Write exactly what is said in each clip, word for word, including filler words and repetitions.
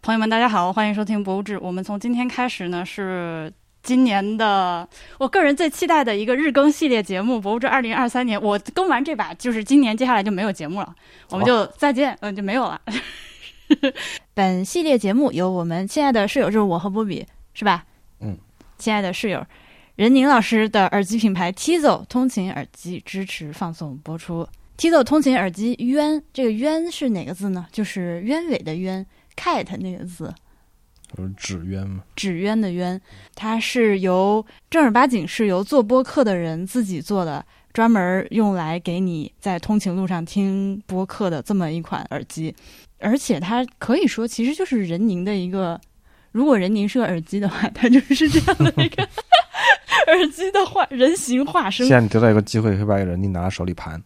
朋友们大家好，欢迎收听博物志。我们从今天开始呢是今年的我个人最期待的一个日更系列节目博物志二零二三年。我更完这把就是今年接下来就没有节目了，我们就再见，嗯、呃、就没有了。本系列节目由我们亲爱的室友，就是我和波比，是吧？ 嗯， 亲爱的室友任宁老师的耳机品牌 Tizo 通勤耳机支持放送播出。Tizo 通勤耳机鸢，这个鸢是哪个字呢？就是鸢尾的鸢 cat 那个字， 就是纸鸢嘛， 纸鸢的鸢。它是由正儿八经是由做播客的人自己做的，专门用来给你在通勤路上听播客的这么一款耳机。而且它可以说其实就是任宁的一个，如果任宁是个耳机的话，它就是这样的一个耳机的化人形化身。 现在你得到一个机会，可以把任宁拿到手里盘。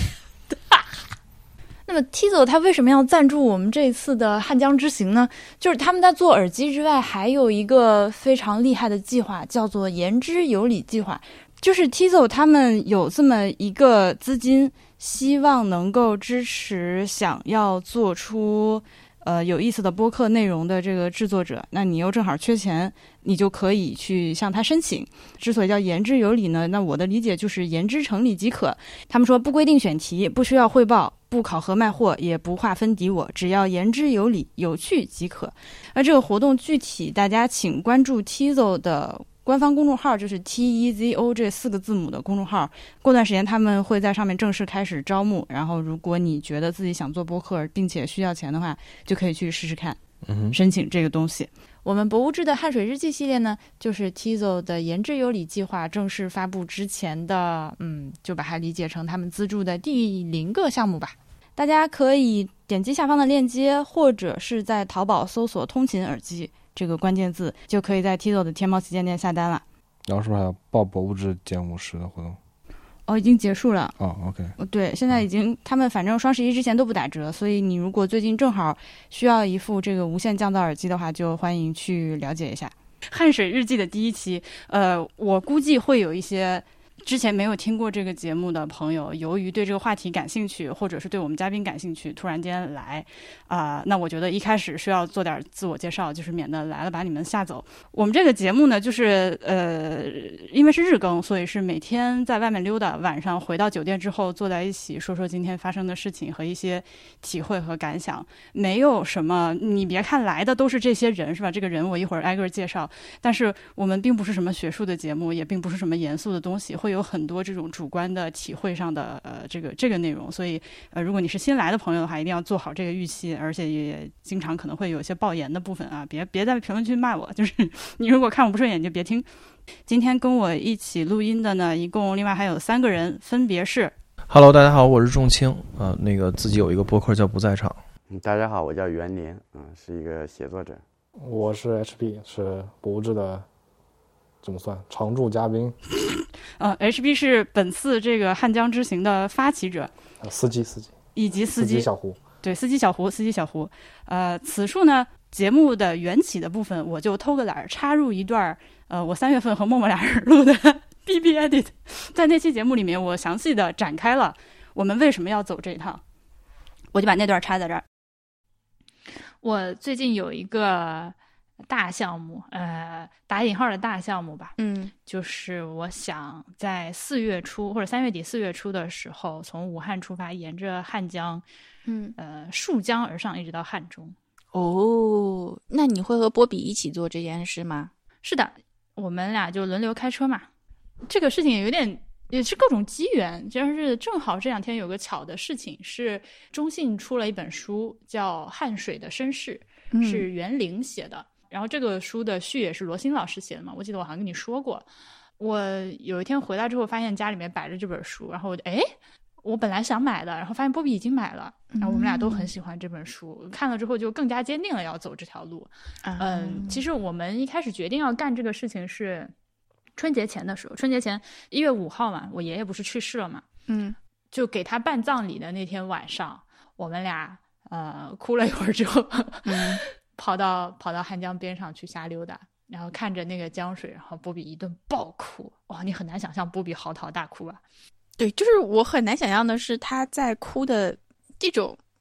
那么 Tizo 它为什么要赞助我们这一次的汉江之行呢？就是他们在做耳机之外还有一个非常厉害的计划，叫做言之有理计划。就是 Tizo 他们有这么一个资金，希望能够支持想要做出呃有意思的播客内容的这个制作者，那你又正好缺钱，你就可以去向他申请。之所以叫言之有理呢，那我的理解就是言之成理即可。他们说不规定选题，不需要汇报，不考核卖货，也不划分敌我，只要言之有理有趣即可。而这个活动具体大家请关注 Tizo 的官方公众号，就是 T E Z O 这四个字母的公众号，过段时间他们会在上面正式开始招募，然后如果你觉得自己想做播客并且需要钱的话，就可以去试试看申请这个东西。我们博物志的汗水日记系列呢，就是 Tizo 的言之有理计划正式发布之前的嗯，就把它理解成他们资助的第零个项目吧。大家可以点击下方的链接，或者是在淘宝搜索通勤耳机这个关键字，就可以在 Tizo 的天猫旗舰店下单了。 然后是不是还有报博物志减五十的活动？ 哦，已经结束了。 哦 ，OK。 对，现在已经，他们反正双十一之前都不打折，所以你如果最近正好需要一副这个无线降噪耳机的话，就欢迎去了解一下。汗水日记的第一期，呃，我估计会有一些之前没有听过这个节目的朋友，由于对这个话题感兴趣，或者是对我们嘉宾感兴趣，突然间来啊、呃，那我觉得一开始需要做点自我介绍，就是免得来了把你们吓走。我们这个节目呢，就是呃，因为是日更，所以是每天在外面溜达，晚上回到酒店之后坐在一起说说今天发生的事情和一些体会和感想。没有什么，你别看来的都是这些人是吧？这个人我一会儿挨个介绍，但是我们并不是什么学术的节目，也并不是什么严肃的东西，会有有很多这种主观的体会上的呃这个这个内容，所以呃如果你是新来的朋友的话，一定要做好这个预期，而且也经常可能会有一些爆言的部分啊，别别在评论区骂我，就是你如果看我不顺眼就别听。今天跟我一起录音的呢，一共另外还有三个人，分别是 Hello 大家好，我是仲青啊、呃，那个自己有一个播客叫不在场。 大家好，我叫袁林，嗯，是一个写作者。 我是 H P， 是博物志的怎么算常驻嘉宾。 呃 H P 是本次这个汉江之行的发起者， 呃、司机司机以及司机司机小胡，对， 司机小胡司机小胡。呃，此处呢节目的缘起的部分，我就偷个懒插入一段呃，我三月份和默默俩人录的 B B Edit， 在那期节目里面，我详细的展开了我们为什么要走这一趟，我就把那段插在这儿。我最近有一个大项目，呃，打引号的大项目吧， 嗯， 就是我想在四月初或者三月底四月初的时候，从武汉出发，沿着汉江， 嗯， 呃，溯江而上，一直到汉中。 哦，那你会和波比一起做这件事吗？ 是的，我们俩就轮流开车嘛。这个事情也有点也是各种机缘，就是正好这两天有个巧的事情，是中信出了一本书叫《汉水的身世》， 嗯， 是袁凌写的。然后这个书的序也是罗新老师写的嘛，我记得我好像跟你说过。我有一天回来之后发现家里面摆着这本书，然后我就哎，我本来想买的，然后发现波比已经买了，然后我们俩都很喜欢这本书，嗯，看了之后就更加坚定了要走这条路。嗯，嗯其实我们一开始决定要干这个事情是春节前的时候，春节前一月五号嘛，我爷爷不是去世了嘛， 嗯， 就给他办葬礼的那天晚上，我们俩呃哭了一会儿之后， 嗯。 跑到跑到汉江边上去瞎溜达，然后看着那个江水，然后波比一顿暴哭。哇，你很难想象波比嚎啕大哭吧？ 对，就是我很难想象的是他在哭的这种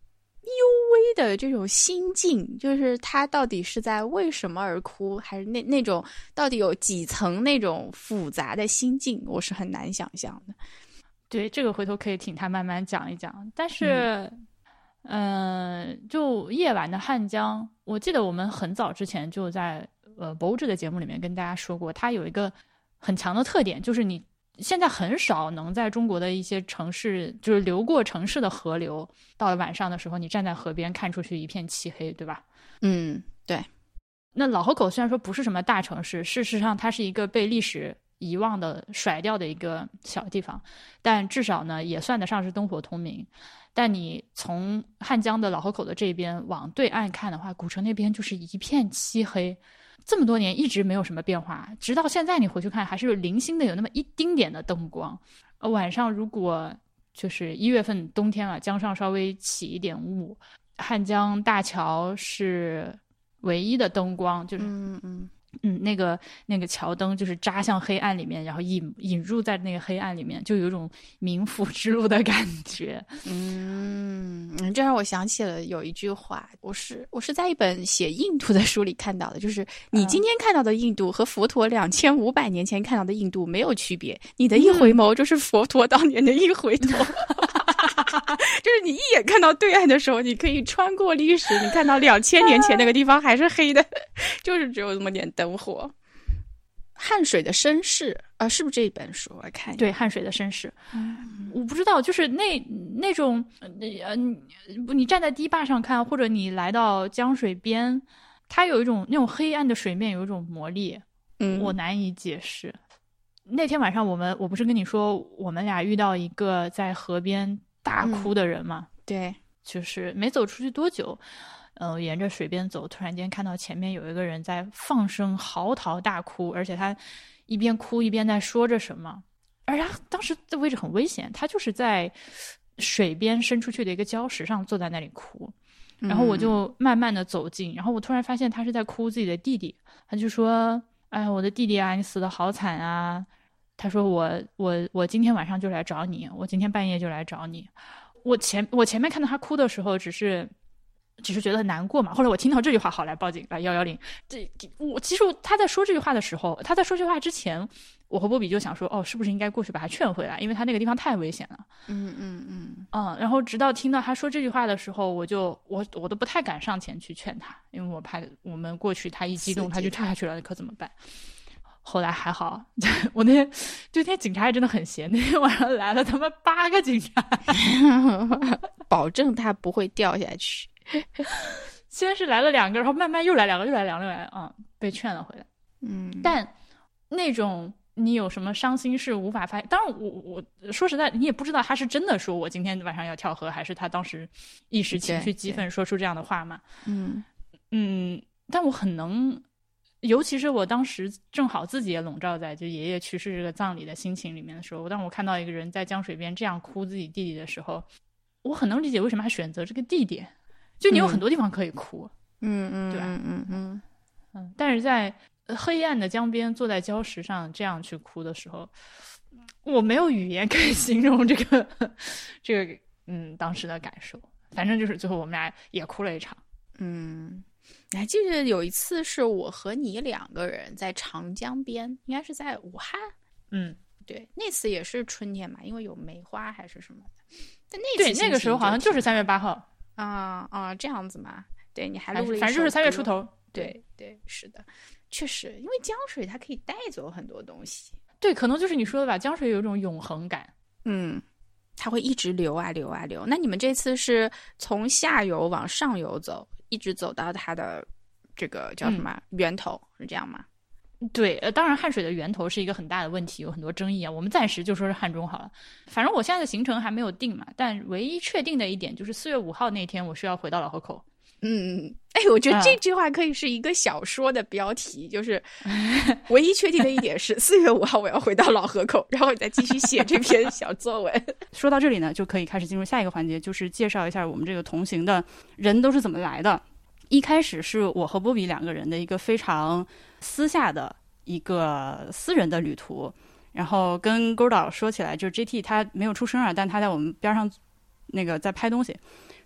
微的这种心境，就是他到底是在为什么而哭，还是那那种到底有几层那种复杂的心境，我是很难想象的。 对，这个回头可以请他慢慢讲一讲。但是，嗯、呃，就夜晚的汉江，我记得我们很早之前就在呃博物志的节目里面跟大家说过，它有一个很强的特点，就是你现在很少能在中国的一些城市，就是流过城市的河流，到了晚上的时候，你站在河边看出去一片漆黑，对吧？ 嗯，对。 那老河口虽然说不是什么大城市，事实上它是一个被历史遗忘的、甩掉的一个小地方，但至少呢也算得上是灯火通明。但你从汉江的老河口的这边往对岸看的话，古城那边就是一片漆黑。这么多年一直没有什么变化，直到现在你回去看，还是零星的有那么一丁点的灯光。呃，晚上如果就是一月份冬天了，江上稍微起一点雾，汉江大桥是唯一的灯光，就是嗯嗯嗯，那个那个桥灯就是扎向黑暗里面，然后引引入在那个黑暗里面，就有一种冥府之路的感觉。 嗯，这让我想起了有一句话，我是我是在一本写印度的书里看到的，就是你今天看到的印度和佛陀两千五百年前看到的印度没有区别，你的一回眸就是佛陀当年的一回头。就是你一眼看到对岸的时候，你可以穿过历史，你看到两千年前那个地方还是黑的，就是只有那么点灯火。汉水的绅士啊、呃，是不是这一本书？我看一下对，汉水的绅士，嗯，我不知道，就是那那种呃，你站在堤坝上看，或者你来到江水边，它有一种那种黑暗的水面有一种魔力， 嗯， 我难以解释。那天晚上我们我不是跟你说我们俩遇到一个在河边大哭的人嘛、 嗯、对， 就是没走出去多久，呃，沿着水边走，突然间看到前面有一个人在放声嚎啕大哭，而且他一边哭一边在说着什么，而他当时的位置很危险，他就是在水边伸出去的一个礁石上坐在那里哭，然后我就慢慢的走近、嗯、然后我突然发现他是在哭自己的弟弟，他就说，哎，我的弟弟啊，你死得好惨啊，他说我我我今天晚上就来找你，我今天半夜就来找你。我前我前面看到他哭的时候，只是只是觉得很难过嘛。后来我听到这句话，好，来报警，来幺幺零。这我其实他在说这句话的时候，他在说这句话之前，我和波比就想说，哦，是不是应该过去把他劝回来？因为他那个地方太危险了。 嗯嗯嗯嗯。然后直到听到他说这句话的时候，我就我我都不太敢上前去劝他，因为我怕我们过去他一激动他就跳下去了，可怎么办？后来还好，我那天就那天警察也真的很闲，那天晚上来了他妈八个警察， 保证他不会掉下去。 先是来了两个，然后慢慢又来两个，又来两个，又来，嗯，被劝了回来。 嗯， 但那种你有什么伤心事无法发，当然我我说实在，你也不知道他是真的说我今天晚上要跳河，还是他当时一时情绪激愤说出这样的话嘛。 嗯嗯，但我很能。尤其是我当时正好自己也笼罩在就爷爷去世这个葬礼的心情里面的时候，当我看到一个人在江水边这样哭自己弟弟的时候，我很能理解为什么他选择这个地点，就你有很多地方可以哭， 嗯嗯， 对吧？ 嗯嗯嗯嗯，但是在黑暗的江边坐在礁石上这样去哭的时候，我没有语言可以形容这个这个嗯当时的感受，反正就是最后我们俩也哭了一场。 嗯。你还记得有一次是我和你两个人在长江边，应该是在武汉。 嗯， 对，那次也是春天嘛，因为有梅花还是什么的。但那次对那个时候好像就是三月八号啊啊这样子嘛。对，你还录了一首歌， 反正就是三月出头。 对 对, 对，是的，确实，因为江水它可以带走很多东西。 对，可能就是你说的吧，江水有一种永恒感。 嗯，它会一直流啊流啊流。那你们这次是从下游往上游走？一直走到它的这个叫什么、嗯、源头，是这样吗？ 对，呃，当然汉水的源头是一个很大的问题，有很多争议啊。我们暂时就说是汉中好了。反正我现在的行程还没有定嘛，但唯一确定的一点就是四月五号那天我是要回到老河口。 嗯，哎，我觉得这句话可以是一个小说的标题，嗯、就是唯一确定的一点是四月五号我要回到老河口，然后你再继续写这篇小作文。 说到这里呢，就可以开始进入下一个环节，就是介绍一下我们这个同行的人都是怎么来的。一开始是我和波比两个人的一个非常私下的一个私人的旅途，然后跟勾导说起来，就是 J T 他没有出声啊，但他在我们边上那个在拍东西。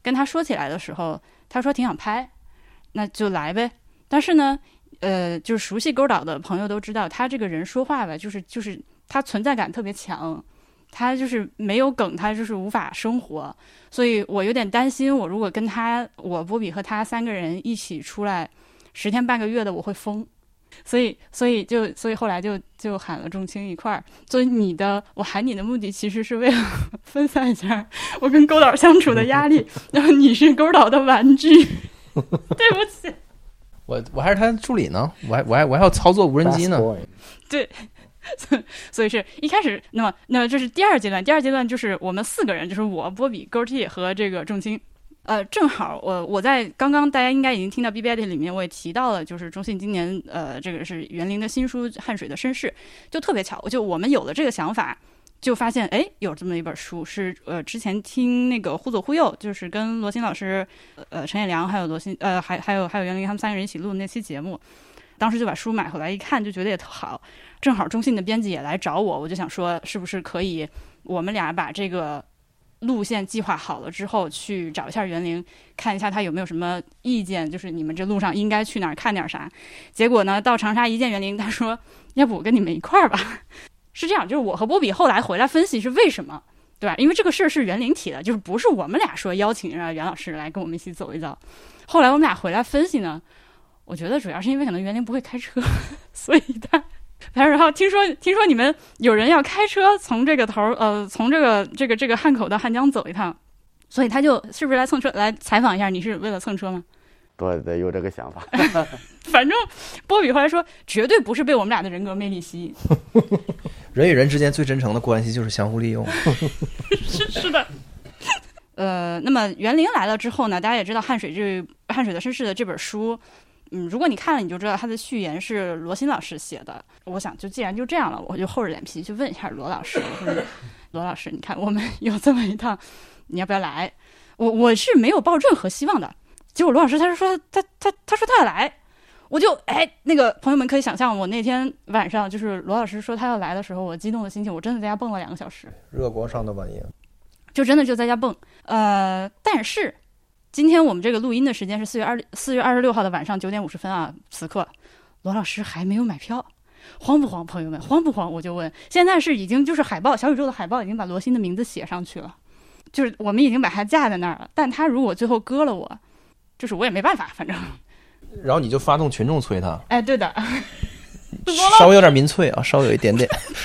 跟他说起来的时候，他说挺想拍，那就来呗。但是呢，呃，就是熟悉勾岛的朋友都知道，他这个人说话吧，就是就是他存在感特别强，他就是没有梗，他就是无法生活。所以我有点担心，我如果跟他，我波比和他三个人一起出来十天半个月的，我会疯。所以，所以就，所以后来就就喊了仲青一块儿。所以你的，我喊你的目的其实是为了分散一下我跟勾岛相处的压力，然后你是勾岛的玩具。对不起， 我我还是他助理呢，我还我还我还要操作无人机呢。 对，所以是一开始，那么那么这是第二阶段，第二阶段就是我们四个人，就是我波比、勾 T 和这个仲青。呃，正好我我在刚刚大家应该已经听到 B B I T 里面我也提到了，就是中信今年呃这个是园林的新书《汗水的绅士》，就特别巧，就我们有了这个想法，就发现哎有这么一本书是呃之前听那个忽左忽右，就是跟罗新老师、呃陈彦良还有罗新呃还还有还有园林他们三个人一起录的那期节目，当时就把书买回来一看，就觉得也特好。正好中信的编辑也来找我，我就想说是不是可以我们俩把这个路线计划好了之后，去找一下园林，看一下他有没有什么意见，就是你们这路上应该去哪儿看点啥。结果呢，到长沙一见园林，他说要不我跟你们一块儿吧。是这样，就是我和波比后来回来分析是为什么，对吧？因为这个事儿是园林提的，就是不是我们俩说邀请让袁老师来跟我们一起走一走。后来我们俩回来分析呢，我觉得主要是因为可能园林不会开车，所以他然后听说听说你们有人要开车从这个头呃从这个这个这个汉口到汉江走一趟，所以他就是不是来蹭车来采访一下？你是为了蹭车吗？ 对对，有这个想法。 反正波比后来说，绝对不是被我们俩的人格魅力吸引。 人与人之间最真诚的关系就是相互利用。 是是的。呃，那么园林来了之后呢，大家也知道汗水这汗水的绅士的这本书。嗯，如果你看了，你就知道他的序言是罗新老师写的。我想，就既然就这样了，我就厚着脸皮去问一下罗老师。我说，罗老师，你看我们有这么一趟，你要不要来？我我是没有抱任何希望的。结果罗老师他是说他他他说他要来，我就哎，那个朋友们可以想象，我那天晚上就是罗老师说他要来的时候，我激动的心情，我真的在家蹦了两个小时。 热锅上的晚宴， 就真的就在家蹦。呃，但是。今天我们这个录音的时间是四月二四月二十六号的晚上九点五十分啊，此刻罗老师还没有买票，慌不慌？朋友们，慌不慌？我就问，现在是已经就是海报小宇宙的海报已经把罗新的名字写上去了，就是我们已经把他架在那儿了，但他如果最后割了我，就是我也没办法，反正。 然后你就发动群众催他。 哎，对的， 稍微有点民粹啊，稍微有一点点。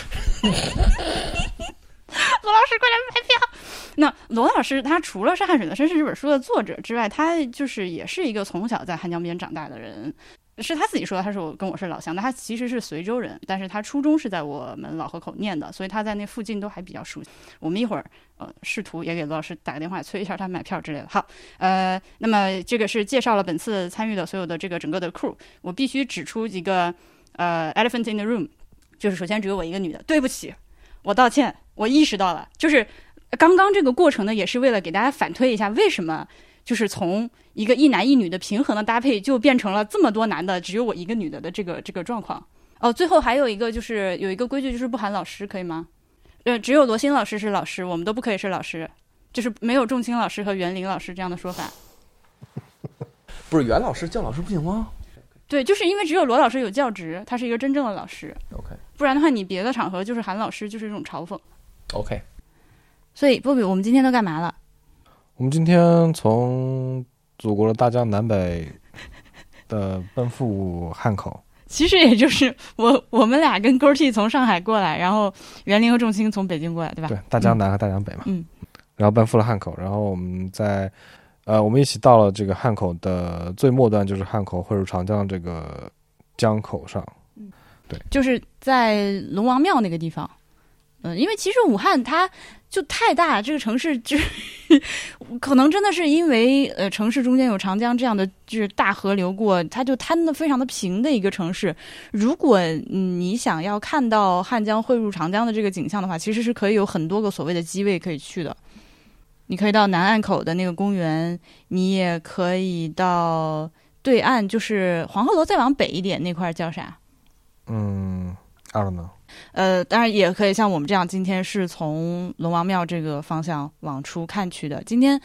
罗老师，快来买票！那罗老师他除了是《汗水的绅士》这本书的作者之外，他就是也是一个从小在汉江边长大的人。是他自己说他是我跟我是老乡，但他其实是随州人，但是他初中是在我们老河口念的，所以他在那附近都还比较熟悉。我们一会儿呃试图也给罗老师打个电话催一下他买票之类的。好，呃，那么这个是介绍了本次参与的所有的这个整个的 crew， 我必须指出几个呃 elephant in the room， 就是首先只有我一个女的，对不起，我道歉，我意识到了，就是刚刚这个过程呢，也是为了给大家反推一下为什么。就是从一个一男一女的平衡的搭配，就变成了这么多男的，只有我一个女的的这个这个状况。哦，最后还有一个就是有一个规矩，就是不喊老师，可以吗？呃，只有罗新老师是老师，我们都不可以是老师，就是没有仲青老师和袁林老师这样的说法。 不是袁老师叫老师不行吗？ 对，就是因为只有罗老师有教职，他是一个真正的老师。 OK， 不然的话，你别的场合就是喊老师，就是一种嘲讽。 OK， 所以波比，我们今天都干嘛了？ 我们今天从祖国的大江南北的奔赴汉口， 其实也就是我我们俩跟勾 T 从上海过来，然后袁林和仲青从北京过来，对吧？ 对，大江南和大江北嘛。 嗯。 然后奔赴了汉口，然后我们在呃，我们一起到了这个汉口的最末端，就是汉口汇入长江这个江口上。 嗯， 对， 就是在龙王庙那个地方。嗯，因为其实武汉它就太大，这个城市就可能真的是因为呃城市中间有长江这样的就是大河流过，它就摊得非常的平的一个城市。如果、嗯、你想要看到汉江汇入长江的这个景象的话，其实是可以有很多个所谓的机位可以去的。你可以到南岸口的那个公园，你也可以到对岸，就是黄鹤楼再往北一点那块叫啥？ 嗯 I don't know。 呃，当然也可以像我们这样，今天是从龙王庙这个方向往出看去的。今天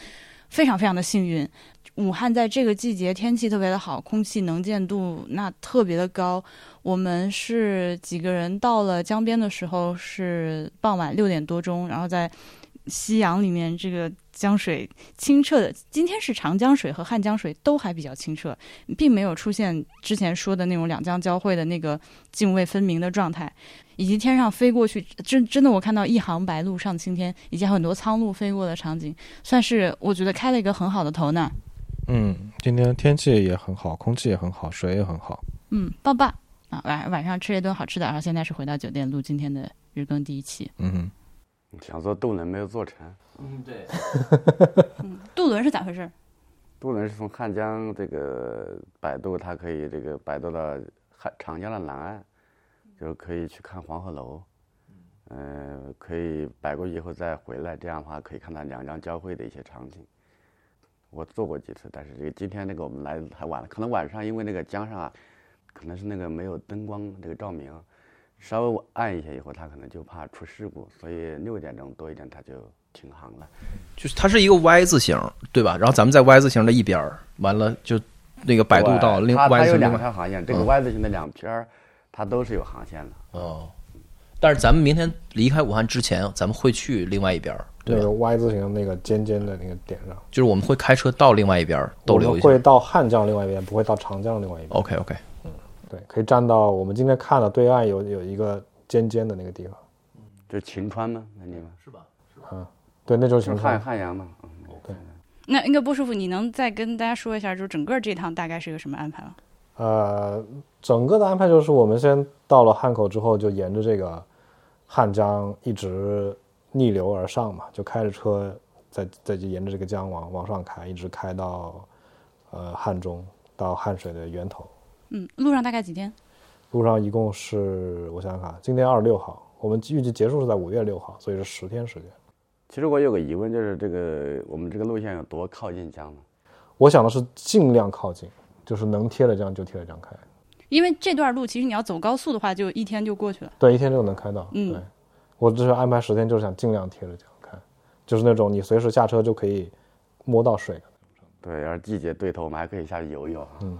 非常非常的幸运。武汉在这个季节天气特别的好，空气能见度那特别的高。我们是几个人到了江边的时候是傍晚六点多钟，然后在夕阳里面，这个江水清澈的，今天是长江水和汉江水都还比较清澈，并没有出现之前说的那种两江交汇的那个泾渭分明的状态。以及天上飞过去，真真的我看到一行白鹭上青天，以及很多苍鹭飞过的场景，算是我觉得开了一个很好的头呢。 嗯，今天天气也很好，空气也很好，水也很好。 嗯，棒棒啊！晚晚上吃了一顿好吃的，然后现在是回到酒店录今天的日更第一期。 嗯哼，想做渡轮没有做成。 嗯，对。 嗯，渡轮是咋回事？ 渡轮是从汉江这个摆渡，它可以这个摆渡到汉长江的南岸，就是可以去看黄鹤楼。嗯、呃，可以摆过去以后再回来，这样的话可以看到两江交汇的一些场景。我做过几次，但是这个今天那个我们来的太晚了，可能晚上因为那个江上啊，可能是那个没有灯光这个照明，稍微暗一些以后，他可能就怕出事故，所以六点钟多一点他就停航了。 就是它是一个 Y 字形，对吧？然后咱们在 Y 字形的一边，完了就那个摆渡到另 Y 字形。它有两条航线，这个 Y 字形的两边，它都是有航线的。 哦。但是咱们明天离开武汉之前，咱们会去另外一边，对吧？ 那个 Y 字形的那个尖尖的那个点上， 就是我们会开车到另外一边逗留一下。 我们会到汉江另外一边，不会到长江另外一边。 OK OK， 嗯，对，可以站到我们今天看的对岸有有一个尖尖的那个地方， 就是晴川吗？那地方是吧？ 是吧？嗯，对，那就是晴川汉汉阳嘛。 嗯，对。 那那个波师傅，你能再跟大家说一下，就是整个这趟大概是个什么安排吗？ 呃，整个的安排就是我们先到了汉口之后，就沿着这个汉江一直逆流而上嘛，就开着车再再就沿着这个江往往上开，一直开到呃汉中，到汉水的源头。 嗯，路上大概几天？ 路上一共是我想想看，今天二十六号，我们预计结束是在五月六号，所以是十天时间。 其实我有个疑问，就是这个我们这个路线有多靠近江呢？ 我想的是尽量靠近，就是能贴着江就贴着江开。因为这段路其实你要走高速的话，就一天就过去了。 对，一天就能开到。 嗯， 对，我这是安排十天，就是想尽量贴着江开，就是那种你随时下车就可以摸到水的。 对，要是季节对头，我们还可以下去游游。 嗯。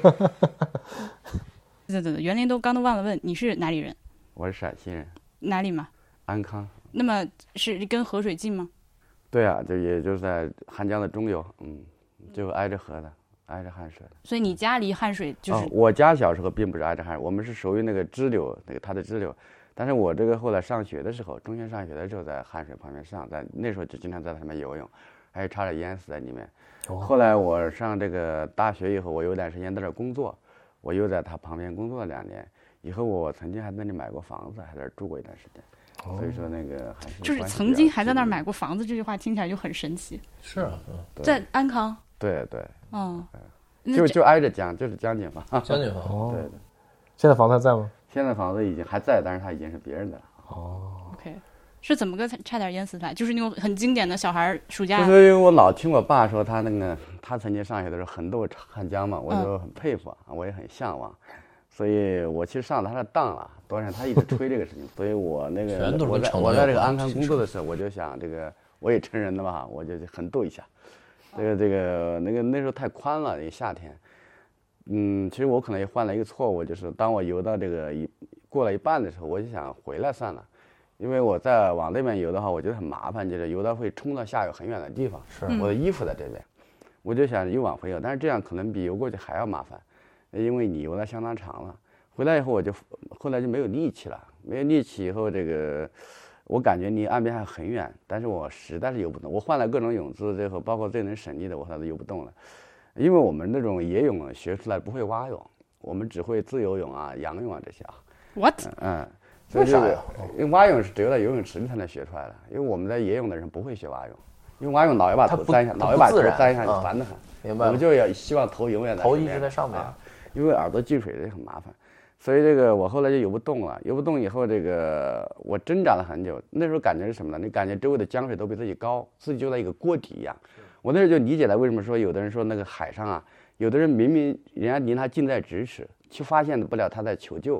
对对对，园林都刚都忘了问，你是哪里人？ 我是陕西人。 哪里嘛？ 安康。 那么是跟河水近吗？ 对啊，就也就是在汉江的中游，嗯，就挨着河的。挨着汉水的， 所以你家离汉水就是、 哦、我家小时候并不是挨着汉水，我们是属于那个支流，那个它的支流。但是我这个后来上学的时候，中学上学的时候，在汉水旁边上，在那时候就经常在上面游泳，还差点淹死在里面。哦、后来我上这个大学以后，我有段时间在这工作，我又在它旁边工作了两年。以后我曾经还在那里买过房子，还在这住过一段时间。哦、所以说那个还是就是曾经还在那儿买过房子，这句话听起来就很神奇。 是啊， 嗯、 在安康。 对对， 嗯， 就就挨着江，就是江景房。 江景房， 哦， 对的。 现在房子还在吗？ 现在房子已经还在，但是它已经是别人的了。 哦 ，OK， 是怎么个差点淹死法？就是那种很经典的小孩暑假。 就是因为我老听我爸说，他那个他曾经上学的时候横渡汉江嘛，我就很佩服，嗯、我也很向往。所以我其实上他的当了，多少他一直吹这个事情，所以我那个我在我在这个安康工作的时候，我就想这个我也成人了嘛，我就横渡一下。这个这个那个那时候太宽了，那个夏天，嗯，其实我可能也犯了一个错误，就是当我游到这个一过了一半的时候，我就想回来算了，因为我再往那边游的话，我觉得很麻烦，就是游到会冲到下游很远的地方， 是我的衣服在这边，我就想又往回游，但是这样可能比游过去还要麻烦，因为你游的相当长了。回来以后我就后来就没有力气了，没有力气以后这个。我感觉离岸边还很远，但是我实在是游不动。我换了各种泳姿之后，包括最能省力的，我后来都游不动了。因为我们那种野泳学出来不会蛙泳，我们只会自由泳啊、仰泳啊这些啊。 What？ 嗯，为啥呀？因为蛙泳是只有在游泳池里才能学出来的。因为我们在野泳的人不会学蛙泳，因为蛙泳脑袋把头沾下，脑袋把头沾下就烦得很。 明白。 我们就要希望头永远在头一直在上面， 啊、因为耳朵进水也很麻烦。所以这个我后来就游不动了，游不动以后，这个我挣扎了很久。那时候感觉是什么呢？你感觉周围的江水都比自己高，自己就在一个锅底一样。我那时候就理解了为什么说有的人说那个海上啊，有的人明明人家离他近在咫尺，却发现不了他在求救，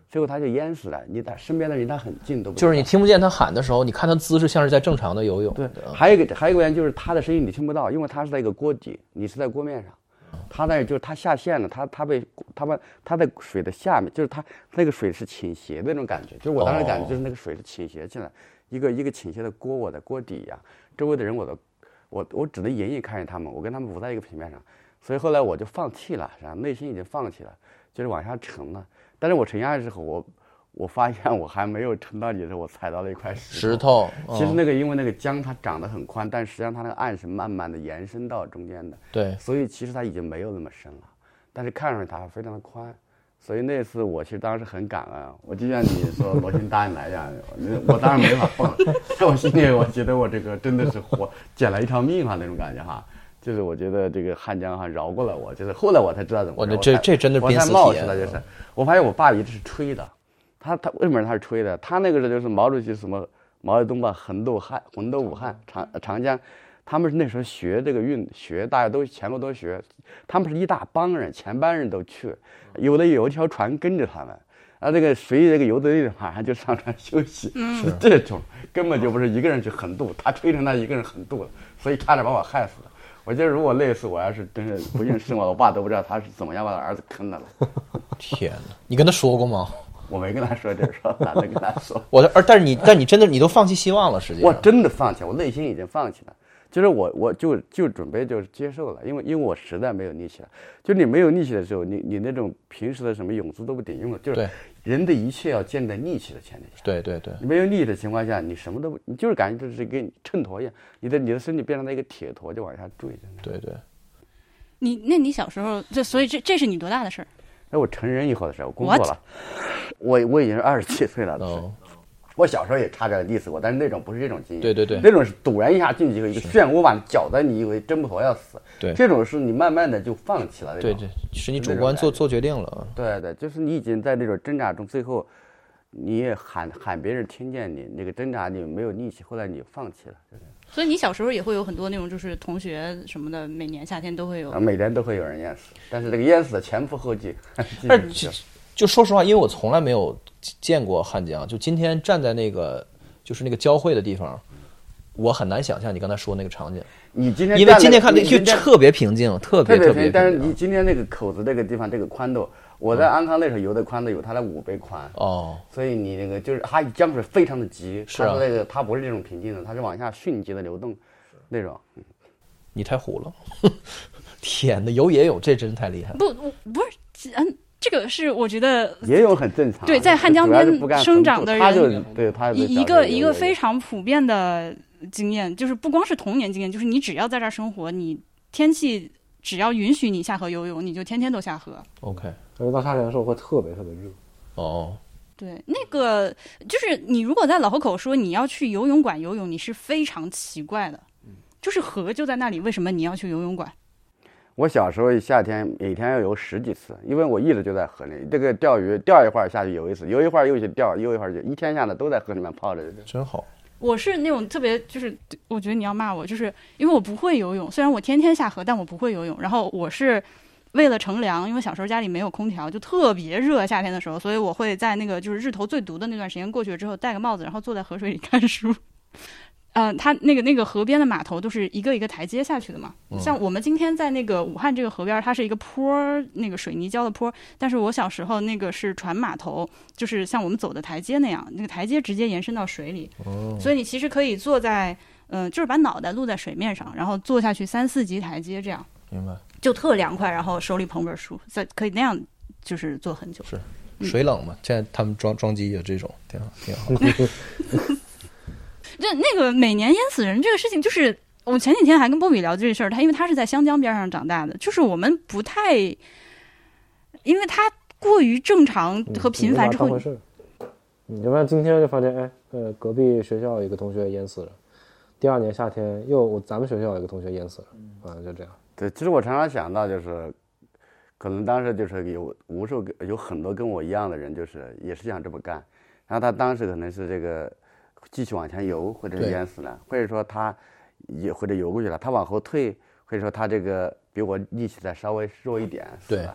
最后他就淹死了。你他身边的人他很近都不就是你听不见他喊的时候，你看他姿势像是在正常的游泳。 对，还有一个还有一个原因就是他的声音你听不到，因为他是在一个锅底，你是在锅面上。他在就是他下线了，他他被他把他在水的下面，就是他那个水是倾斜的那种感觉，就是我当时感觉就是那个水是倾斜进来，一个一个倾斜的锅，我在锅底呀、啊，周围的人我都我我只能隐隐看见他们，我跟他们不在一个平面上，所以后来我就放弃了，然后内心已经放弃了，就是往下沉了。但是我沉下去之后，我我发现我还没有沉到底的时候，我踩到了一块石石头。 其实那个因为那个江它长得很宽，但实际上它那个岸是慢慢的延伸到中间的， 对， 所以其实它已经没有那么深了，但是看上去它非常的宽。所以那次我其实当时很感恩，我就像你说罗新答应来一样，我当然没法蹦，在我心里我觉得我这个真的是活捡了一条命啊那种感觉哈。就是我觉得这个汉江哈饶过了我，就是后来我才知道怎么回事。 我这这真的是濒死体验了，就是我发现我爸一直是吹的，他他为什么他是吹的？他那个时候就是毛主席什么毛泽东吧，横渡汉横渡武汉长长江，他们是那时候学这个运学，大家都前后都学，他们是一大帮人，前班人都去，有的有一条船跟着他们。啊，这个谁这个游得累的马上就上船休息， 嗯、 是这种根本就不是一个人去横渡，他吹成他一个人横渡了，所以差点把我害死了。我觉得如果类似我要是真是不幸身亡，我爸都不知道他是怎么样把他儿子坑的了。 天哪，你跟他说过吗？ 我没跟他说这事，懒得跟他说。 我而但是你但你真的你都放弃希望了，实际上我真的放弃，我内心已经放弃了。就是我我就就准备就是接受了，因为因为我实在没有力气了。就你没有力气的时候，你你那种平时的什么勇姿都不顶用了。就是人的一切要建在力气的前提下。 对对对， 你没有力气的情况下，你什么都不，你就是感觉就是跟秤砣一样，你的你的身体变成了一个铁砣，就往下坠着。 对对。 你那你小时候这所以这这是你多大的事儿？ 那我成人以后的事儿，我工作了，我我已经是二十七岁了的事。Oh. 我小时候也差点溺死过，但是那种不是这种经验。 对对对， 那种是陡然一下进去一个漩涡把你搅得你以为真不妥要死。 对， 这种是你慢慢的就放弃了。 对对，是你主观做做决定了。 对对，就是你已经在那种挣扎中，最后你也喊喊别人听见你那个挣扎，你没有力气，后来你放弃了。对对， 所以你小时候也会有很多那种就是同学什么的，每年夏天都会有。 啊，每年都会有人淹死，但是这个淹死的前赴后继。 但就就说实话，因为我从来没有见过汉江，就今天站在那个。就是那个交汇的地方，我很难想象你刚才说那个场景。 你今天因为今天看那就特别平静，特别特别平静。 但是你今天那个口子这个地方这个宽度，我在安康那时候游的宽度有它的五倍宽哦， 所以你那个就是它江水非常的急， 是啊， 它那个它不是这种平静的，它是往下迅疾的流动，那种。 你太虎了，天哪，游野泳这真太厉害了。 不，不是，嗯。这个是我觉得也有很正常， 对，在汉江边生长的人， 他就对他一个一个非常普遍的经验，就是不光是童年经验，就是你只要在这儿生活，你天气只要允许你下河游泳，你就天天都下河。 OK， 而且到夏天的时候会特别特别热。 哦， 对，那个就是你如果在老河口说你要去游泳馆游泳，你是非常奇怪的，就是河就在那里，为什么你要去游泳馆？ 我小时候夏天每天要游十几次，因为我一直就在河里。这个钓鱼钓一会儿下去游一次，游一会儿又去钓，游一会儿就一天下来都在河里面泡着。 真好。 我是那种特别就是，我觉得你要骂我，就是因为我不会游泳。虽然我天天下河，但我不会游泳。然后我是为了乘凉，因为小时候家里没有空调，就特别热，夏天的时候，所以我会在那个就是日头最毒的那段时间过去了之后，戴个帽子，然后坐在河水里看书。嗯、呃，它那个那个河边的码头都是一个一个台阶下去的嘛。嗯、像我们今天在那个武汉这个河边，它是一个坡，那个水泥浇的坡。但是我小时候那个是船码头，就是像我们走的台阶那样，那个台阶直接延伸到水里。哦、所以你其实可以坐在，嗯、呃，就是把脑袋露在水面上，然后坐下去三四级台阶这样。 明白。就特凉快，然后手里捧本书，在可以那样就是坐很久。 是，水冷嘛？嗯、现在他们装装机有这种，挺好，挺好。 这那个每年淹死人这个事情，就是我前几天还跟波比聊这事儿，他因为他是在湘江边上长大的，就是我们不太，因为他过于正常和频繁之后， 你要不然今天就发现，哎，呃，隔壁学校有一个同学淹死了，第二年夏天又我咱们学校有一个同学淹死了，啊，就这样。 对，其实我常常想到就是，可能当时就是有无数个有很多跟我一样的人，就是也是想这么干，然后他当时可能是这个。继续往前游，或者是淹死了，或者说他也或者游过去了，他往后退，或者说他这个比我力气再稍微弱一点， 对，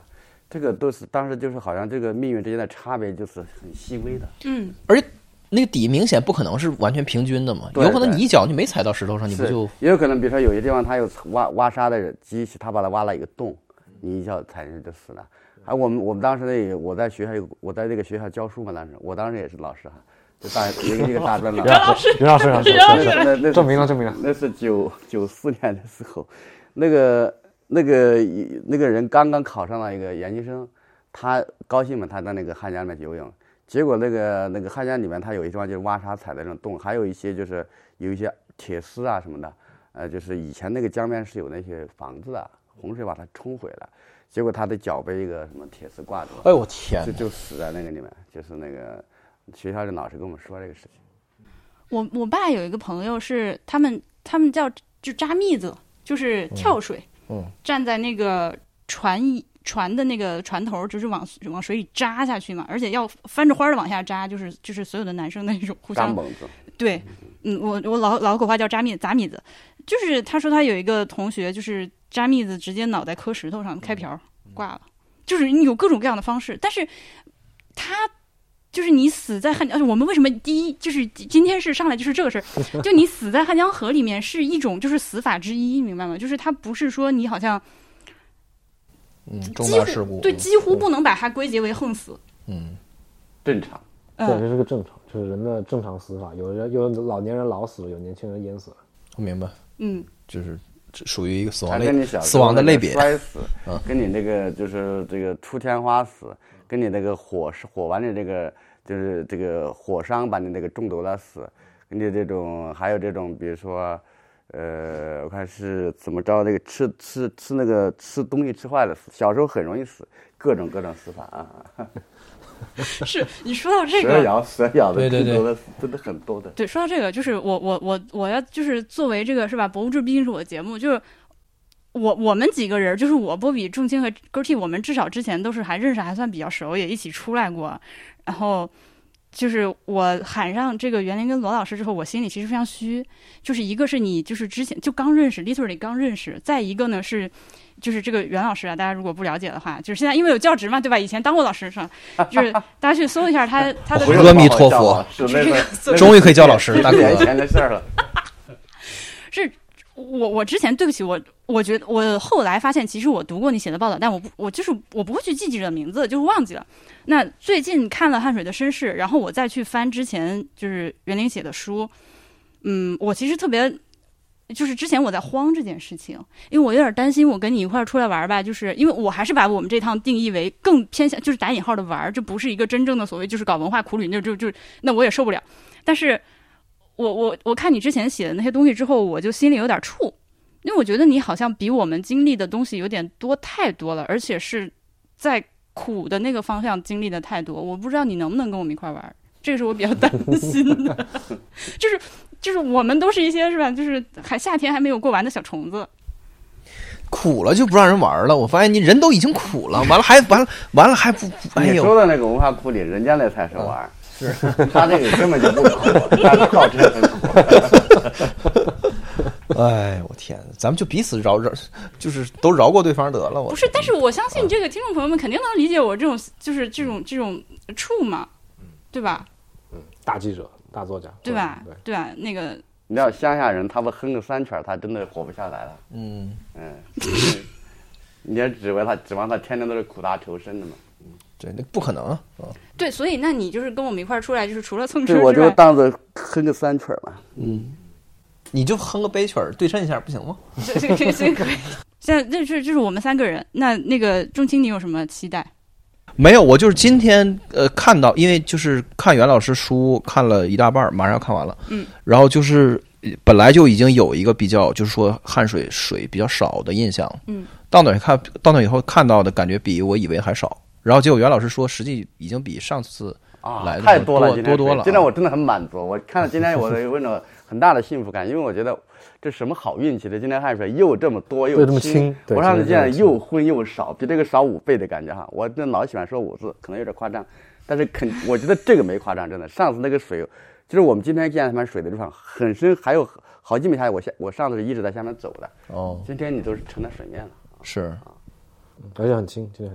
这个都是当时就是好像这个命运之间的差别就是很细微的。 嗯， 而且那个底明显不可能是完全平均的嘛，有可能你一脚你没踩到石头上，你不就也有可能，比如说有些地方它有挖挖沙的机器，它把它挖了一个洞，你一脚踩进去就死了。还我们我们当时那个我在学校有我在这个学校教书嘛，当时我当时也是老师哈，就大一个一个大专老师，袁老师，袁老师， 那那证明了证明了， 那是九九四年的时候，那个。那个那个人刚刚考上了一个研究生，他高兴嘛，他在那个汉江里面游泳，结果那个那个汉江里面，他有一地方就是挖沙踩的那种洞，还有一些就是有一些铁丝啊什么的，呃，就是以前那个江边是有那些房子的，洪水把它冲毁了，结果他的脚被一个什么铁丝挂住， 哎我天， 就就死在那个里面，就是那个学校的老师跟我们说这个事情。 我我爸有一个朋友是他们他们叫就扎蜜子，就是跳水。嗯嗯， 站在那个船船的那个船头，就是往往水里扎下去嘛，而且要翻着花的往下扎，就是就是所有的男生那种互相对，嗯，我我老老口话叫扎蜜砸米子，就是他说他有一个同学就是扎蜜子直接脑袋磕石头上开瓢挂了，就是你有各种各样的方式，但是他。就是你死在汉江，我们为什么第一就是今天是上来就是这个事儿，就你死在汉江河里面是一种就是死法之一，明白吗？就是它不是说你好像， 嗯，重大事故， 对，几乎不能把它归结为横死， 嗯， 正常， 对，这是个正常，就是人的正常死法，有人有老年人老死了，有年轻人淹死了， 我明白， 嗯， 就是属于一个死亡类死亡的类别， 摔死，嗯，跟你那个就是这个出天花死。跟你那个火火完的这个就是这个火伤把你那个中毒了死，跟你这种还有这种比如说，呃，我看是怎么着那个吃吃吃那个吃东西吃坏了死，小时候很容易死，各种各种死法啊。 是你说到这个蛇咬蛇咬的， 对对对， 真的很多的。 对，说到这个，就是我我我我要就是作为这个是吧？博物志毕竟是我的节目，就是。我我们几个人，就是我波比、仲青和 Gertie， 我们至少之前都是还认识，还算比较熟，也一起出来过。然后就是我喊上这个袁林跟罗老师之后，我心里其实非常虚。就是一个是你就是之前就刚认识 ，literally 刚认识；再一个呢是就是这个袁老师啊，大家如果不了解的话，就是现在因为有教职嘛，对吧？以前当过老师是吧？就是大家去搜一下他他的。 阿弥陀佛，终于可以叫老师，大哥。 年前的事了。 是。我我之前对不起我，我觉得我后来发现，其实我读过你写的报道，但我不我就是我不会去记记者的名字，就是忘记了。那最近看了汉水的身世，然后我再去翻之前就是袁林写的书，嗯，我其实特别就是之前我在慌这件事情，因为我有点担心我跟你一块儿出来玩吧，就是因为我还是把我们这趟定义为更偏向就是打引号的玩，这不是一个真正的所谓就是搞文化苦旅，那就就那我也受不了，但是。我我我看你之前写的那些东西之后，我就心里有点怵，因为我觉得你好像比我们经历的东西有点多太多了，而且是在苦的那个方向经历的太多。我不知道你能不能跟我们一块玩，这个是我比较担心的。就是就是我们都是一些是吧？就是还夏天还没有过完的小虫子。 苦了就不让人玩了，我发现你人都已经苦了，完了还完了完了还不哎呦！ 你说的那个文化苦里，人家那才是玩。嗯是他这个根本就不苦，他靠这很苦。 哎，我天，咱们就彼此饶饶，就是都饶过对方得了。我不是，但是我相信这个听众朋友们肯定能理解我这种，就是这种这种处嘛，对吧？ 嗯，大记者、大作家， 对吧？ 对对吧？那个你知道乡下人，他不哼个三圈，他真的活不下来了。 嗯嗯，你也指望他指望他天天都是苦大仇深的嘛？ 对，那不可能啊！ 对，所以那你就是跟我们一块儿出来，就是除了蹭车之外， 对，我就当着哼个三曲嘛。 嗯，你就哼个悲曲对称一下，不行吗？ 这这这这可以。现在这是就是我们三个人，那那个仲青，你有什么期待？ 没有，我就是今天呃看到，因为就是看袁老师书看了一大半，马上要看完了。 嗯， 然后就是本来就已经有一个比较，就是说汉水水比较少的印象。 嗯， 到那看到那以后看到的感觉比我以为还少。然后结果袁老师说，实际已经比上次来的啊太多了， 多多了。 今天我真的很满足，我看了今天我有种很大的幸福感，因为我觉得这什么好运气的，今天汉水又这么多又这么轻， 我上次见又昏又少，比这个少五倍的感觉哈。我真老喜欢说五字，可能有点夸张，但是肯我觉得这个没夸张，真的。上次那个水，就是我们今天见他们水的地方很深，还有好几米下，我下我上次是一直在下面走的。 哦， 今天你都是沉到水面了。 是， 而且很轻，今天很轻。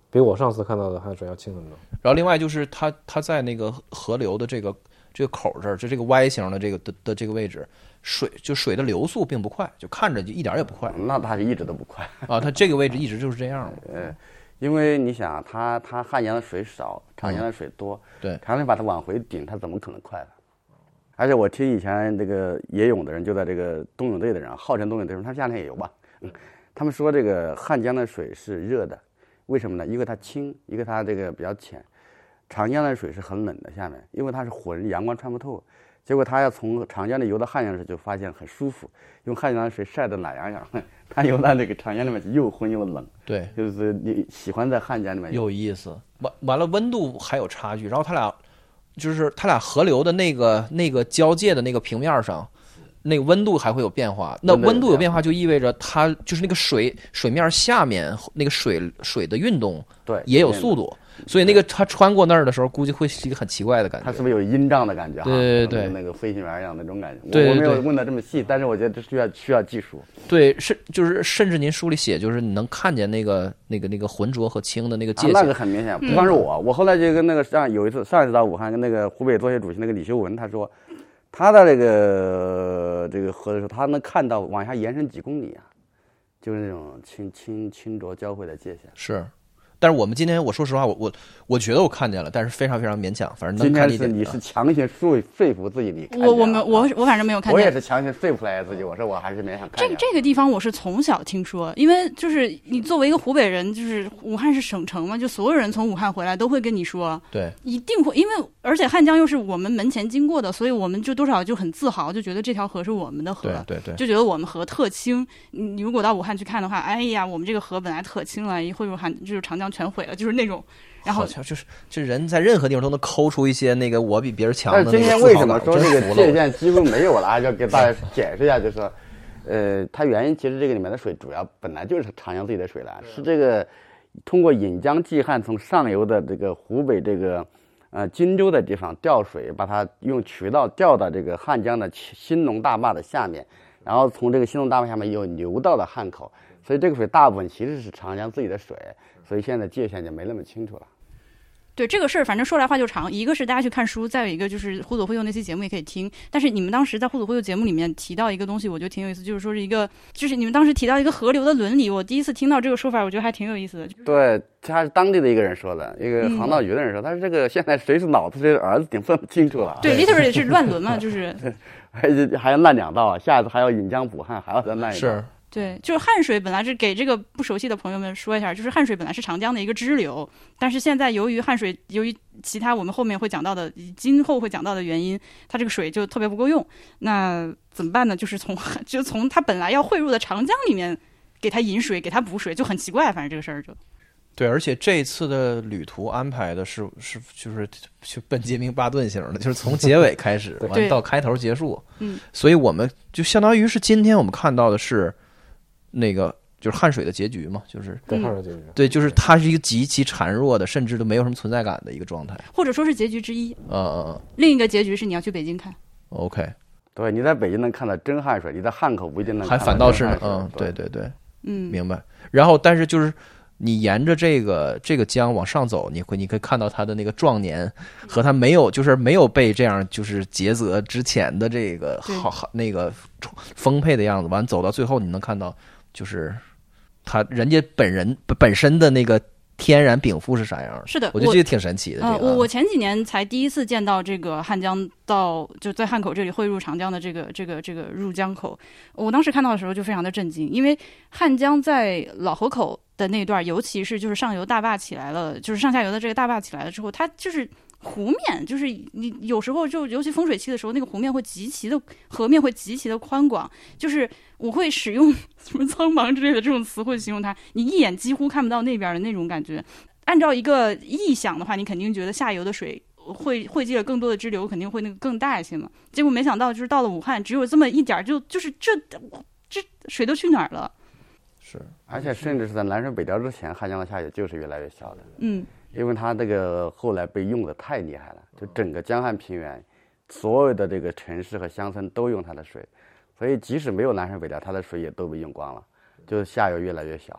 比我上次看到的汉水要清很多。 然后另外就是它它在那个河流的这个这个口这儿，就这个 Y 型的这个的的这个位置，水就水的流速并不快，就看着就一点也不快。 那它是一直都不快啊，它这个位置一直就是这样。 呃，因为你想，它它汉江的水少，长江的水多， 嗯、对， 长江把它往回顶，它怎么可能快了？而且我听以前这个野泳的人，就在这个冬泳队的人，号称冬泳队的人，他夏天也游吧，嗯，他们说这个汉江的水是热的，为什么呢？一个它清，一个它这个比较浅。长江的水是很冷的，下面因为它是浑，阳光穿不透。结果他要从长江里游到汉江的时候，就发现很舒服，用汉江的水晒得懒洋洋。他游到那个长江里面去，又浑又冷。 对， 就是你喜欢在汉江里面有意思。完完了，温度还有差距。然后他俩就是他俩河流的那个那个交界的那个平面上，那个温度还会有变化。那温度有变化，就意味着它就是那个水水面下面那个水水的运动， 对， 也有速度。所以那个他穿过那儿的时候，估计会是一个很奇怪的感觉。 他是不是有阴胀的感觉？ 对对对， 那个飞行员一样那种感觉。 对对对， 我没有问的这么细，但是我觉得这需要需要技术。 对，甚就是甚至您书里写，就是你能看见那个那个那个浑浊和清的那个界限。 啊、那个很明显，不光是我，我后来就跟那个上有一次上一次到武汉，跟那个湖北作协主席那个李修文，他说他在这个这个河的时候，他能看到往下延伸几公里啊，就是那种清清清浊交汇的界限。 是。但是我们今天，我说实话，我我我觉得我看见了，但是非常非常勉强，反正能看见一点。 今天是你是强行说说服自己，你看见我我们我我反正没有看见。 我也是强行说服来自己，我说我还是勉强看见。 这这个地方我是从小听说，因为就是你作为一个湖北人，就是武汉是省城嘛，就所有人从武汉回来都会跟你说， 对， 一定会，因为而且汉江又是我们门前经过的，所以我们就多少就很自豪，就觉得这条河是我们的河， 对对对， 就觉得我们河特清。你如果到武汉去看的话，哎呀，我们这个河本来特清了，一汇入汉就是长江全毁了，就是那种。然后就是这人在任何地方都能抠出一些那个我比别人强的。 但是今天为什么说这个界限几乎没有了？就给大家解释一下，就是说，呃，它原因其实这个里面的水主要本来就是长江自己的水了，是这个通过引江济汉从上游的这个湖北这个呃荆州的地方调水，把它用渠道调到这个汉江的兴隆大坝的下面，然后从这个兴隆大坝下面又流到了汉口，所以这个水大部分其实是长江自己的水。所以现在界限就没那么清楚了。 对这个事儿，反正说来话就长。一个是大家去看书，再有一个就是忽左忽右那期节目也可以听。但是你们当时在忽左忽右节目里面提到一个东西，我觉得挺有意思，就是说是一个，就是你们当时提到一个河流的伦理。我第一次听到这个说法，我觉得还挺有意思的。 对，他是当地的一个人说的，一个航道局的人说，他说这个现在谁是脑子谁是儿子，挺分不清楚了。 对 ，literally 是乱伦嘛，就是还还要烂两道，下次还要引江补汉，还要再烂一道。 是。 对，就是汉水本来是给这个不熟悉的朋友们说一下，就是汉水本来是长江的一个支流，但是现在由于汉水由于其他我们后面会讲到的，今后会讲到的原因，它这个水就特别不够用。那怎么办呢？就是从就从它本来要汇入的长江里面给它引水，给它补水，就很奇怪。反正这个事儿就对，而且这一次的旅途安排的是是就是就奔杰明巴顿型的，就是从结尾开始完到开头结束。 嗯， 所以我们就相当于是今天我们看到的是。那个就是汉水的结局嘛，就是对汉水结局， 对，就是它是一个极其孱弱的，甚至都没有什么存在感的一个状态， 或者说是结局之一。 嗯嗯嗯。 另一个结局是你要去北京看。 OK。 对，你在北京能看到真汉水，你在汉口不一定能看到。 还反倒是嗯，对对对， 嗯， 明白。然后，但是就是你沿着这个这个江往上走，你会你可以看到它的那个壮年和它没有就是没有被这样就是竭泽之前的这个好好那个丰沛的样子。完走到最后，你能看到。就是他人家本人本身的那个天然禀赋是啥样的？ 是的， 我觉得这个挺神奇的。 嗯、 这个我我前几年才第一次见到这个汉江到就在汉口这里汇入长江的这个这个这个入江口，我当时看到的时候就非常的震惊，因为汉江在老河口的那段，尤其是就是上游大坝起来了，就是上下游的这个大坝起来了之后，它就是湖面，就是你有时候就尤其丰水期的时候，那个湖面会极其的河面会极其的宽广，就是我会使用什么苍茫之类的这种词汇形容它，你一眼几乎看不到那边的那种感觉。按照一个臆想的话，你肯定觉得下游的水会汇集了更多的支流，肯定会那个更大一些嘛。结果没想到，就是到了武汉，只有这么一点，就就是这这水都去哪儿了？ 是， 而且甚至是在南水北调之前，汉江的下游就是越来越小的。 嗯， 因为它这个后来被用的太厉害了，就整个江汉平原，所有的这个城市和乡村都用它的水，所以即使没有南水北调，它的水也都被用光了，就是下游越来越小。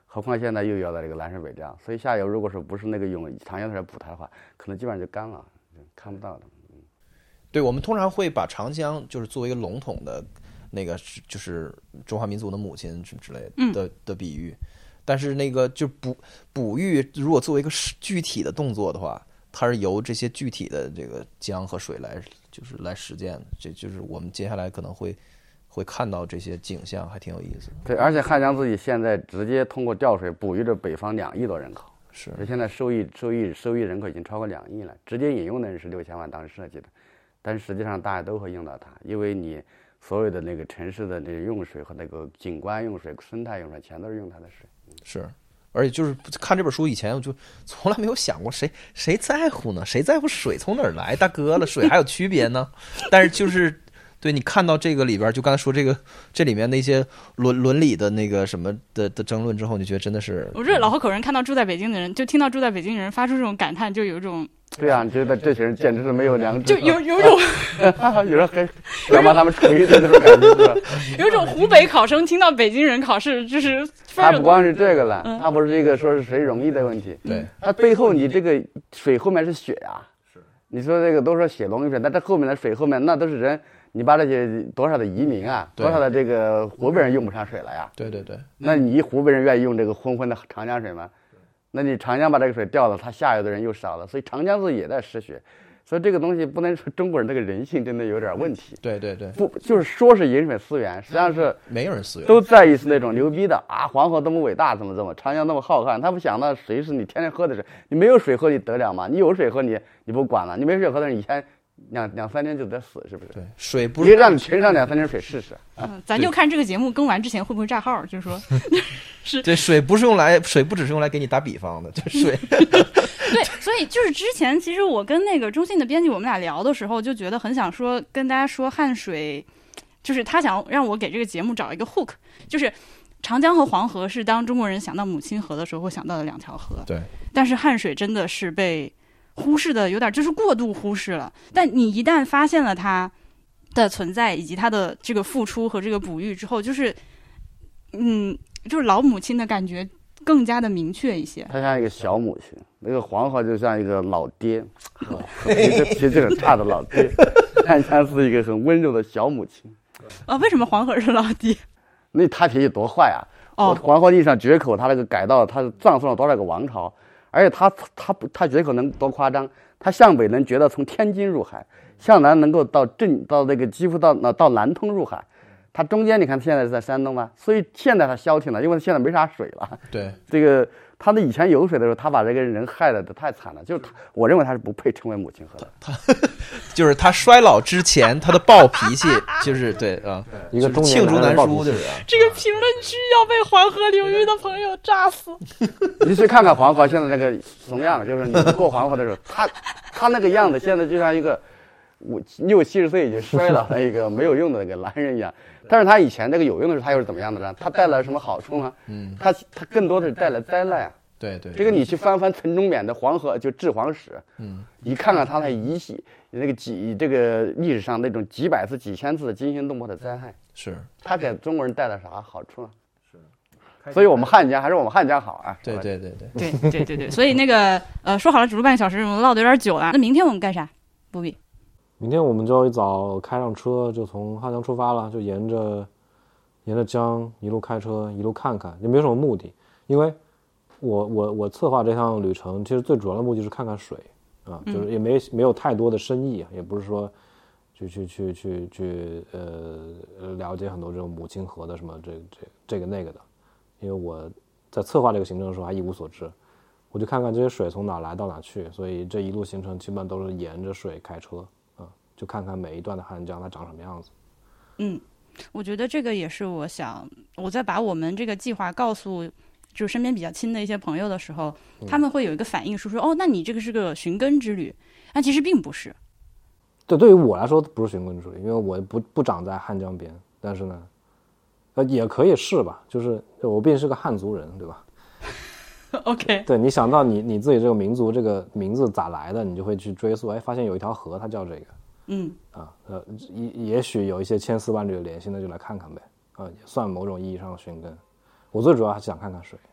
何况现在又要到这个南水北调，所以下游如果说不是那个用长江水补它的话，可能基本上就干了，看不到的。嗯， 对，我们通常会把长江就是作为一个笼统的那个就是中华民族的母亲之类的、嗯、的的比喻，但是那个就捕捕鱼如果作为一个具体的动作的话，它是由这些具体的这个江和水来就是来实践，这就是我们接下来可能会。会看到这些景象，还挺有意思。 对，而且汉江自己现在直接通过调水哺育着北方两亿多人口， 是， 现在收益收益收益人口已经超过两亿了。直接引用的人是六千万，当时设计的，但是实际上大家都会用到它，因为你所有的那个城市的那个用水和那个景观用水、生态用水，全都是用它的水。 是，而且就是看这本书以前，我就从来没有想过谁谁在乎呢？谁在乎水从哪儿来？大哥了，水还有区别呢？但是就是。对，你看到这个里边，就刚才说这个这里面那些伦伦理的那个什么的的争论之后，你觉得真的是？ 我这老河口人看到住在北京的人，就听到住在北京人发出这种感叹，就有一种。 对啊，你觉得这些人简直是没有良知， 就有有种有人很想把他们锤的那种感觉，是吧？ 有一种湖北考生听到北京人考试，就是他不光是这个了，嗯、他不是这个说是谁容易的问题， 对， 他背后你这个水后面是血啊，是，你说这个都说血浓于水，但这后面的水后面那都是人。你把这些多少的移民啊，多少的这个湖北人用不上水了呀？ 对对对。 那你湖北人愿意用这个浑浑的长江水吗？那你长江把这个水掉了，它下游的人又少了，所以长江自己也在失血。所以这个东西不能说中国人这个人性真的有点问题。 对对对。 不就是说是饮水思源，实际上是没有人思源， 都在意是那种牛逼的啊，黄河多么伟大，怎么怎么，长江那么浩瀚，他不想到水是你天天喝的水，你没有水喝你得了吗？你有水喝你你不管了，你没水喝的人以前。两两三天就得死，是不是？ 对，水不是你让你群上两三天水试试。 嗯，咱就看这个节目更完之前会不会炸号，就是说，是对，水不是用来，水不只是用来给你打比方的，就是水。 对，所以就是之前其实我跟那个中信的编辑我们俩聊的时候，就觉得很想说跟大家说汉水，就是他想让我给这个节目找一个 hook， 就是长江和黄河是当中国人想到母亲河的时候会想到的两条河， 对， 但是汉水真的是被。忽视的有点就是过度忽视了，但你一旦发现了它的存在以及它的这个付出和这个哺育之后，就是嗯，就是老母亲的感觉更加的明确一些。 它像一个小母亲，那个黄河就像一个老爹，脾气很差的老爹，汉江是一个很温柔的小母亲。 啊，为什么黄河是老爹？ 那他脾气多坏啊！ 哦， 黄河地上决口，他那个改道，他葬送了多少个王朝？而且他他他决口能多夸张？他向北能决到从天津入海，向南能够到镇到那个几乎到那到南通入海。他中间你看现在是在山东嘛，所以现在他消停了，因为现在没啥水了。 对， 这个他的以前有水的时候，他把这个人害得太惨了，就是他，我认为他是不配称为母亲河的。 他就是他衰老之前，他的暴脾气就是对啊， 一个罄竹难书，就是啊。 这个评论区要被黄河流域的朋友炸死。 你去看看黄河现在那个怂样，就是你过黄河的时候，他他那个样子，现在就像一个五六七十岁已经衰老的一个没有用的那个男人一样。但是他以前那个有用的时候，他又是怎么样的呢？他带来什么好处吗？嗯，他他更多的是带来灾难啊。 对 对, 对， 这个你去翻翻陈忠勉的《黄河》就治黄史，嗯，你看看他的遗迹，那个几这个历史上那种几百次、几千次的惊心动魄的灾害， 是他给中国人带来啥好处呢？是，所以我们汉江还是我们汉江好啊！ 对对对对对对对对，所以那个呃，说好了只录半个小时，我们唠得有点久了。那明天我们干啥？不必。 明天我们就一早开上车，就从汉江出发了，就沿着沿着江一路开车，一路看看，也没有什么目的，因为我我我策划这趟旅程，其实最主要的目的是看看水啊，就是也没没有太多的深意，也不是说去去去去去呃了解很多这种母亲河的什么这这这个那个的，因为我在策划这个行程的时候还一无所知，我就看看这些水从哪来到哪去，所以这一路行程基本都是沿着水开车啊，就看看每一段的汉江它长什么样子。 嗯，我觉得这个也是我想我在把我们这个计划告诉就是身边比较亲的一些朋友的时候，他们会有一个反应是说，哦，那你这个是个寻根之旅，但其实并不是。 对，对于我来说不是寻根之旅，因为我不不长在汉江边，但是呢，呃，也可以是吧？就是我毕竟是个汉族人，对吧 ？OK， 对，你想到你你自己这个民族这个名字咋来的，你就会去追溯，哎，发现有一条河它叫这个， 嗯， 啊，呃，也也许有一些千丝万缕的联系，那就来看看呗，啊，也算某种意义上的寻根。我最主要还是想看看水。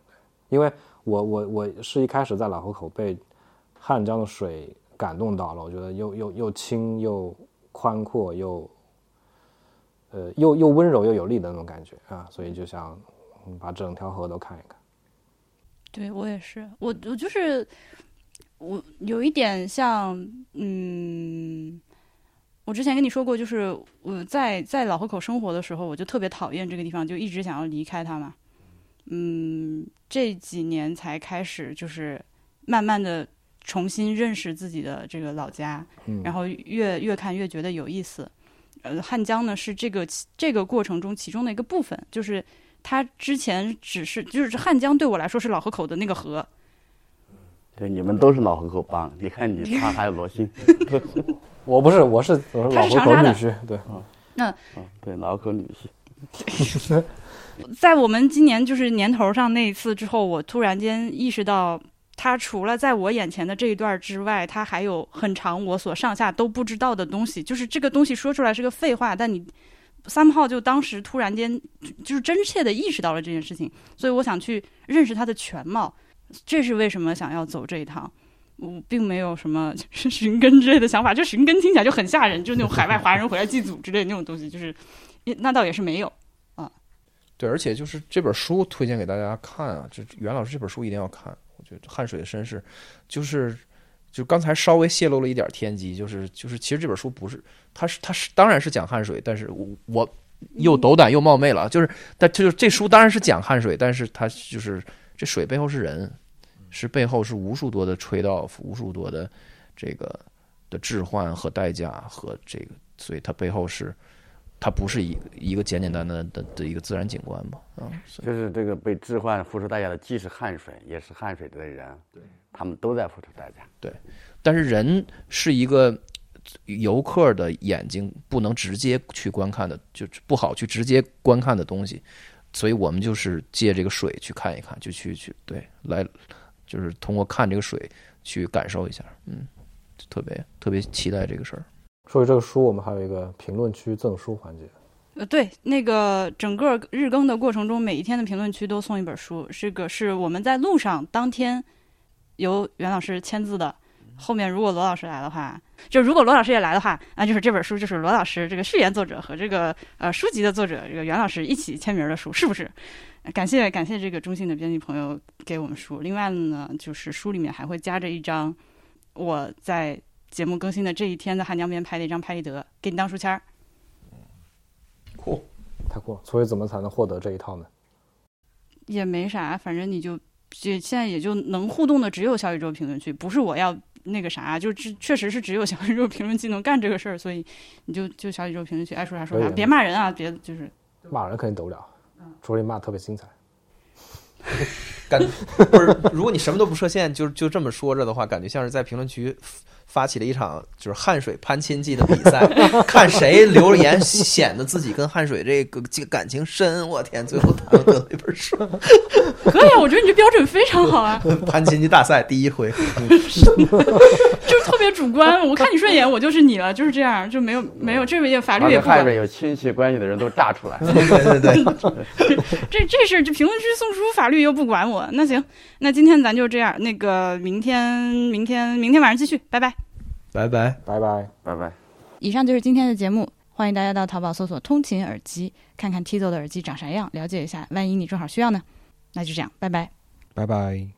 因为我我我是一开始在老河口被汉江的水感动到了，我觉得又又又清又宽阔又呃又又温柔又有力的那种感觉啊，所以就想把整条河都看一看。 对，我也是，我我就是我有一点像，嗯，我之前跟你说过，就是我在在老河口生活的时候，我就特别讨厌这个地方，就一直想要离开它嘛。嗯，这几年才开始，就是慢慢的重新认识自己的这个老家， 嗯、 然后越越看越觉得有意思。呃，汉江呢是这个这个过程中其中的一个部分，就是它之前只是就是汉江对我来说是老河口的那个河。 对，你们都是老河口帮，你看你他还有罗新， 我不是，我是我是老河口女婿，对， 嗯， 那嗯，对，老河口女婿。 在我们今年就是年头上那一次之后，我突然间意识到，他除了在我眼前的这一段之外，他还有很长我所上下都不知道的东西。就是这个东西说出来是个废话，但你somehow就当时突然间就是真切的意识到了这件事情，所以我想去认识它的全貌。这是为什么想要走这一趟。我并没有什么寻根之类的想法，就寻根听起来就很吓人，就那种海外华人回来祭祖之类的那种东西，就是那倒也是没有。 对，而且就是这本书推荐给大家看啊，就袁老师这本书一定要看。我觉得汉水的身世，就是就刚才稍微泄露了一点天机，就是就是其实这本书不是，它是它是当然是讲汉水，但是我我又斗胆又冒昧了，就是但就是这书当然是讲汉水，但是它就是这水背后是人，是背后是无数多的吹到无数多的这个的置换和代价和这个，所以它背后是。它不是一个一个简简单单的的一个自然景观吧？啊， 就是这个被置换付出代价的，既是汉水，也是汉水的人，对，他们都在付出代价。 对，但是人是一个游客的眼睛不能直接去观看的，就不好去直接观看的东西，所以我们就是借这个水去看一看，就去去对来，就是通过看这个水去感受一下，嗯，特别特别期待这个事儿。 说起这个书，我们还有一个评论区赠书环节。 呃，对，那个整个日更的过程中，每一天的评论区都送一本书，这个是我们在路上当天由袁老师签字的。后面如果罗老师来的话，就如果罗老师也来的话，那就是这本书就是罗老师这个序言作者和这个呃书籍的作者这个袁老师一起签名的书，是不是？感谢感谢这个中信的编辑朋友给我们书。另外呢，就是书里面还会夹着一张我在节目更新的这一天在汉江边拍的一张拍立得，给你当书签儿。 酷， 太酷了！所以怎么才能获得这一套呢？ 也没啥，反正你就就现在也就能互动的只有小宇宙评论区，不是我要那个啥，就只确实是只有小宇宙评论区能干这个事儿，所以你就就小宇宙评论区爱说啥说啥，别骂人啊，别就是骂人肯定得不了，除非你骂特别精彩。 感不是，如果你什么都不设限，就就这么说着的话，感觉像是在评论区发起了一场就是汉水攀亲戚的比赛，看谁留言显得自己跟汉水这个这个感情深。我天，最后他们得了一本书。 可以啊，我觉得你这标准非常好啊。 攀亲戚大赛第一回， 就是特别主观，我看你顺眼，我就是你了，就是这样，就没有没有这个法律也不管。 汉水有亲戚关系的人都炸出来。 对对对， 这这事这评论区送书法律又不管我。那行，那今天咱就这样，那个明天明天明天晚上继续，拜拜。 拜拜拜拜拜拜。 以上就是今天的节目，欢迎大家到淘宝搜索通勤耳机，看看 Tizo 的耳机长啥样，了解一下，万一你正好需要呢。那就这样，拜拜拜拜。